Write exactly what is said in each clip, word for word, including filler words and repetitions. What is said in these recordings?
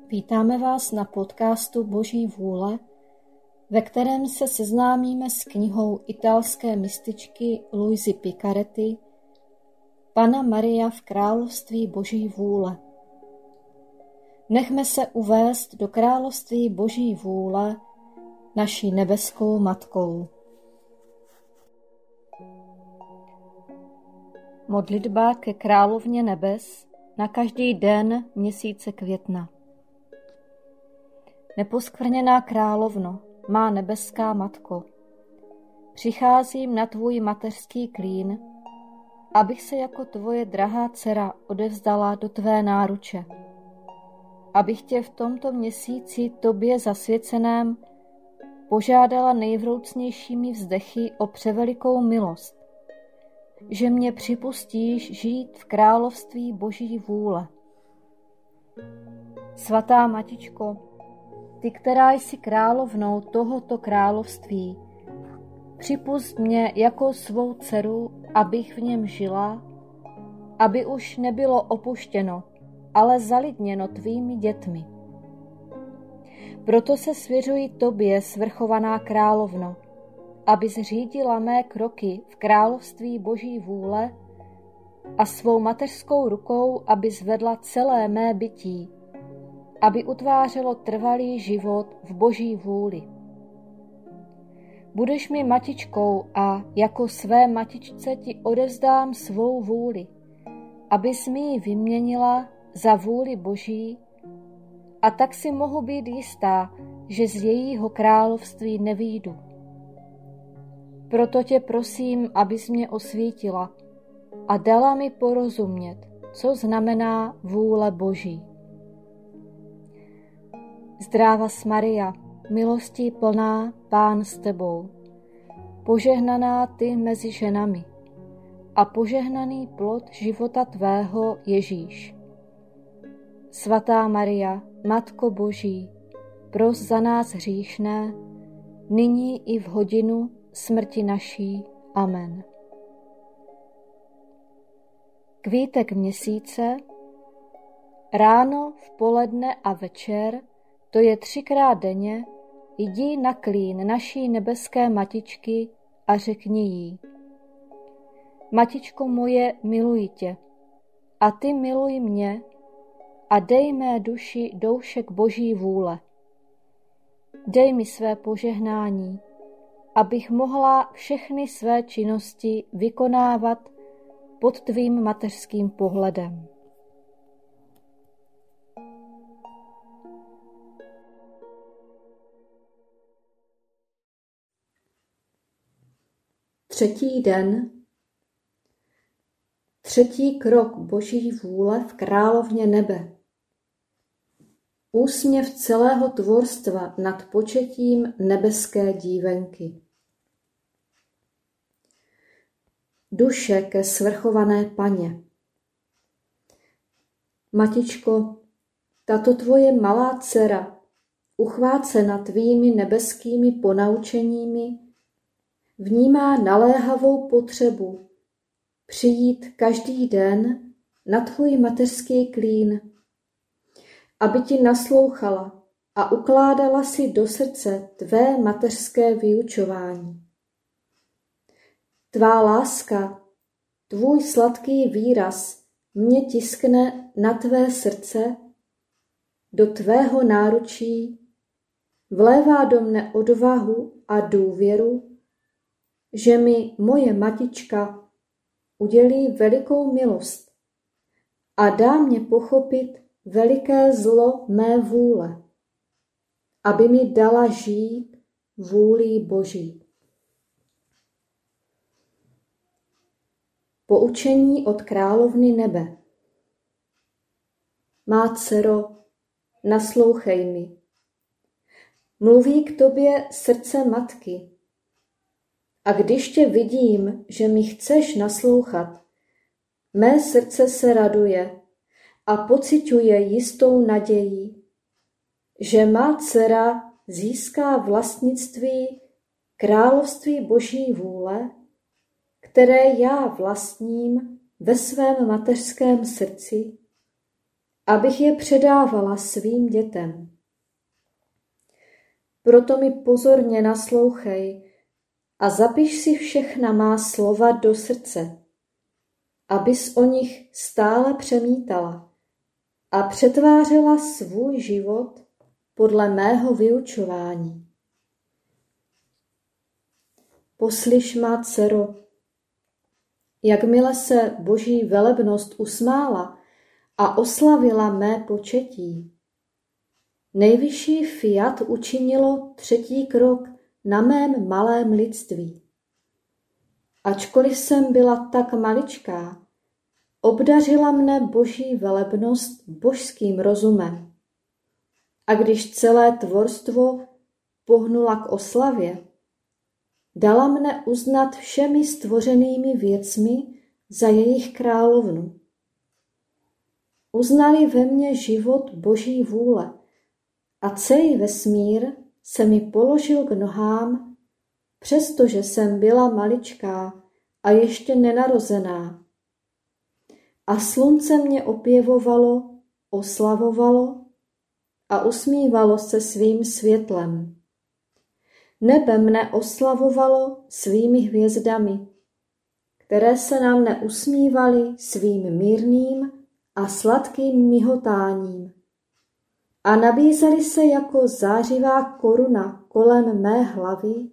Vítáme vás na podcastu Boží vůle, ve kterém se seznámíme s knihou italské mističky Luisy Picaretti Panna Maria v království Boží vůle. Nechme se uvést do království Boží vůle naší nebeskou matkou. Modlitba ke královně nebes na každý den měsíce května. Neposkvrněná královno, má nebeská matko, přicházím na tvůj mateřský klín, abych se jako tvoje drahá dcera odevzdala do tvé náruče, abych tě v tomto měsíci tobě zasvěceném požádala nejvroucnějšími vzdechy o převelikou milost, že mě připustíš žít v království Boží vůle. Svatá Matičko, ty, která jsi královnou tohoto království, připusť mě jako svou dceru, abych v něm žila, aby už nebylo opuštěno, ale zalidněno tvými dětmi. Proto se svěřuji tobě, svrchovaná královno, aby zřídila mé kroky v království Boží vůle a svou mateřskou rukou, aby zvedla celé mé bytí, aby utvářelo trvalý život v Boží vůli. Budeš mi matičkou a jako své matičce ti odevzdám svou vůli, abys mi ji vyměnila za vůli Boží, a tak si mohu být jistá, že z jejího království nevyjdu. Proto tě prosím, abys mě osvítila a dala mi porozumět, co znamená vůle Boží. Zdrávas Maria, milostí plná, Pán s tebou, požehnaná ty mezi ženami a požehnaný plod života tvého Ježíš. Svatá Maria, Matko Boží, pros za nás hříšné, nyní i v hodinu smrti naší. Amen. Kvítek měsíce, ráno, v poledne a večer, to je třikrát denně, jdi na klín naší nebeské matičky a řekni jí: Matičko moje, miluji tě, a ty miluj mě, a dej mé duši doušek Boží vůle. Dej mi své požehnání, abych mohla všechny své činnosti vykonávat pod tvým mateřským pohledem. Třetí den. Třetí krok Boží vůle v královně nebe. Úsměv celého tvorstva nad početím nebeské dívenky. Duše ke svrchované Panně. Matičko, tato tvoje malá dcera, uchvácena tvými nebeskými ponaučeními, vnímá naléhavou potřebu přijít každý den na tvůj mateřský klín, aby ti naslouchala a ukládala si do srdce tvé mateřské vyučování. Tvá láska, tvůj sladký výraz mě tiskne na tvé srdce, do tvého náručí, vlévá do mne odvahu a důvěru, že mi moje matička udělí velikou milost a dá mě pochopit veliké zlo mé vůle, aby mi dala žít vůlí Boží. Poučení od královny nebe. Má dcero, naslouchej mi. Mluví k tobě srdce matky. A když tě vidím, že mi chceš naslouchat, mé srdce se raduje a pociťuje jistou naději, že má dcera získá vlastnictví království Boží vůle, které já vlastním ve svém mateřském srdci abych je předávala svým dětem. Proto mi pozorně naslouchej a zapiš si všechna má slova do srdce, abys o nich stále přemítala a přetvářela svůj život podle mého vyučování. Poslyš, má dcero, jakmile se Boží velebnost usmála a oslavila mé početí, nejvyšší fiat učinilo třetí krok na mém malém lidství. Ačkoliv jsem byla tak maličká, obdařila mne Boží velebnost božským rozumem. A když celé tvorstvo pohnula k oslavě, dala mne uznat všemi stvořenými věcmi za jejich královnu. Uznali ve mně život Boží vůle a celý vesmír se mi položil k nohám, přestože jsem byla maličká a ještě nenarozená. A slunce mě opěvovalo, oslavovalo a usmívalo se svým světlem. Nebe mne oslavovalo svými hvězdami, které se na mne usmívaly svým mírným a sladkým mihotáním a nabízely se jako zářivá koruna kolem mé hlavy.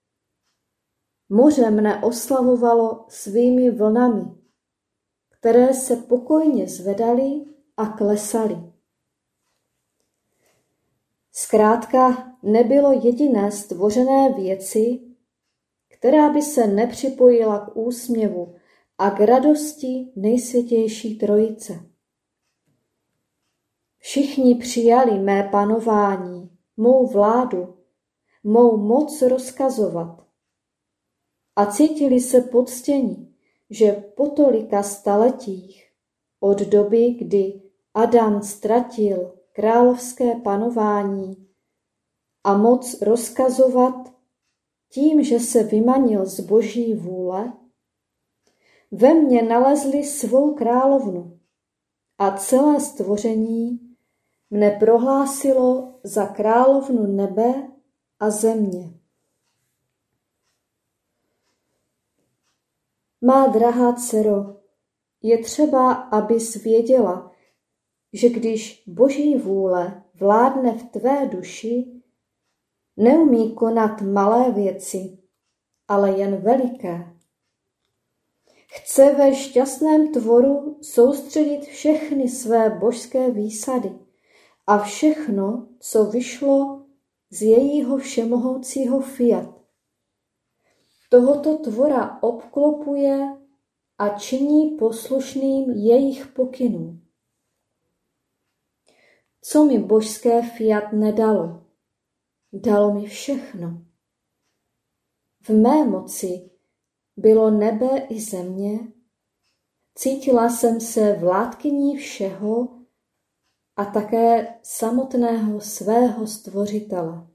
Moře mne oslavovalo svými vlnami, které se pokojně zvedaly a klesaly. Zkrátka nebylo jediné stvořené věci, která by se nepřipojila k úsměvu a k radosti nejsvětější trojice. Všichni přijali mé panování, mou vládu, mou moc rozkazovat a cítili se poctěni, že po tolika staletích, od doby, kdy Adam ztratil královské panování a moc rozkazovat tím, že se vymanil z Boží vůle, ve mně nalezli svou královnu a celé stvoření mne prohlásilo za královnu nebe a země. Má drahá dcero, je třeba, abys věděla, že když Boží vůle vládne v tvé duši, neumí konat malé věci, ale jen veliké. Chce ve šťastném tvoru soustředit všechny své božské výsady a všechno, co vyšlo z jejího všemohoucího fiat. Tohoto tvora obklopuje a činí poslušným jejich pokynů. Co mi božské fiat nedalo? Dalo mi všechno. V mé moci bylo nebe i země, cítila jsem se vládkyní všeho a také samotného svého stvořitele.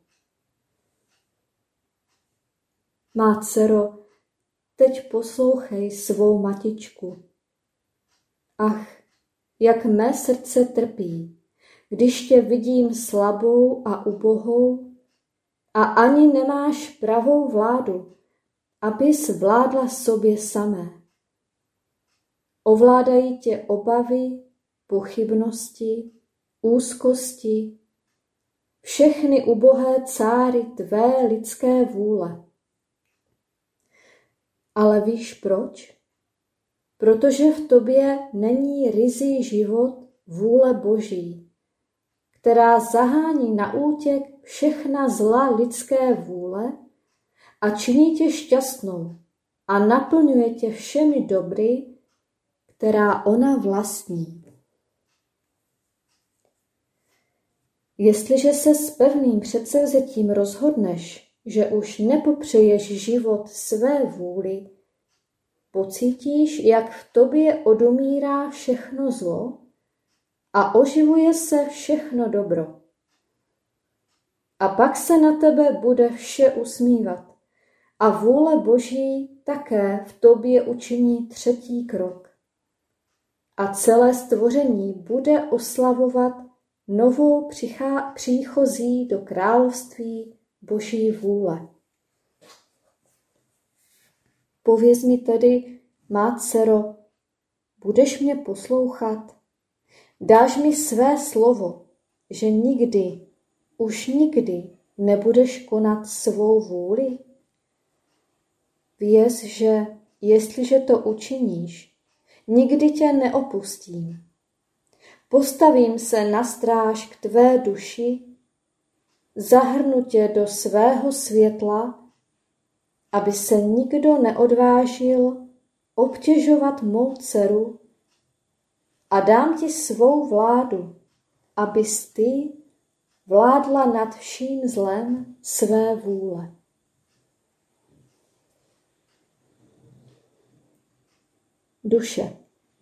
Má dcero, teď poslouchej svou matičku. Ach, jak mé srdce trpí, když tě vidím slabou a ubohou a ani nemáš pravou vládu, abys vládla sobě samé. Ovládají tě obavy, pochybnosti, úzkosti, všechny ubohé cáry tvé lidské vůle. Ale víš proč? Protože v tobě není ryzí život vůle Boží, která zahání na útěk všechna zla lidské vůle a činí tě šťastnou a naplňuje tě všemi dobry, která ona vlastní. Jestliže se s pevným předsevzetím rozhodneš, že už nepopřeješ život své vůli, pocítíš, jak v tobě odumírá všechno zlo a oživuje se všechno dobro. A pak se na tebe bude vše usmívat a vůle Boží také v tobě učiní třetí krok. a celé stvoření bude oslavovat novou přichá, příchozí do království Boží vůle. Pověz mi tedy, má dcero, budeš mě poslouchat? Dáš mi své slovo, že nikdy, už nikdy nebudeš konat svou vůli? Věz, že jestliže to učiníš, nikdy tě neopustím. Postavím se na stráž k tvé duši, zahrnu tě do svého světla, aby se nikdo neodvážil obtěžovat mou dceru, a dám ti svou vládu, abys ty vládla nad vším zlem své vůle. Duše.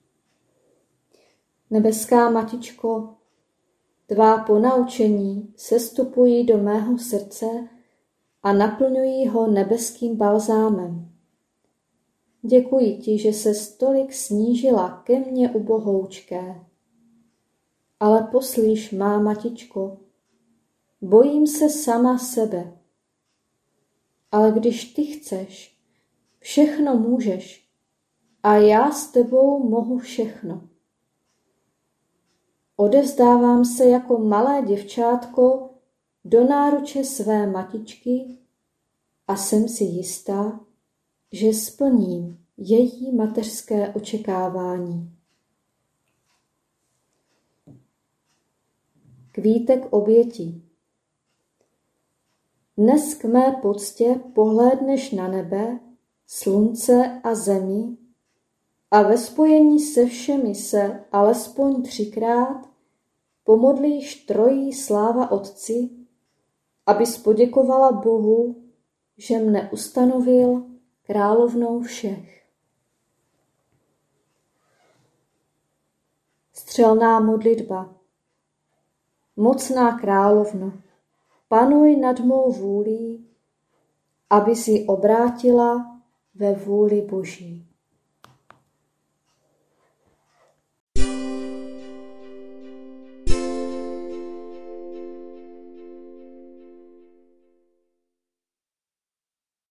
Nebeská Matičko, tvá ponaučení sestupují do mého srdce a naplňují ho nebeským balzámem. Děkuji ti, že se stolik snížila ke mně ubohoučké. Ale poslíš, má Matičko, bojím se sama sebe. Ale když ty chceš, všechno můžeš a já s tebou mohu všechno. Odevzdávám se jako malé děvčátko do náruče své matičky a jsem si jistá, že splním její mateřské očekávání. Kvítek obětí. Dnes k mé poctě pohlédneš na nebe, slunce a zemi a ve spojení se všemi se alespoň třikrát pomodlíš trojí sláva Otci, abys poděkovala Bohu, že mne ustanovil královnou všech. Střelná modlitba. Mocná královno, panuj nad mou vůlí, aby si obrátila ve vůli Boží.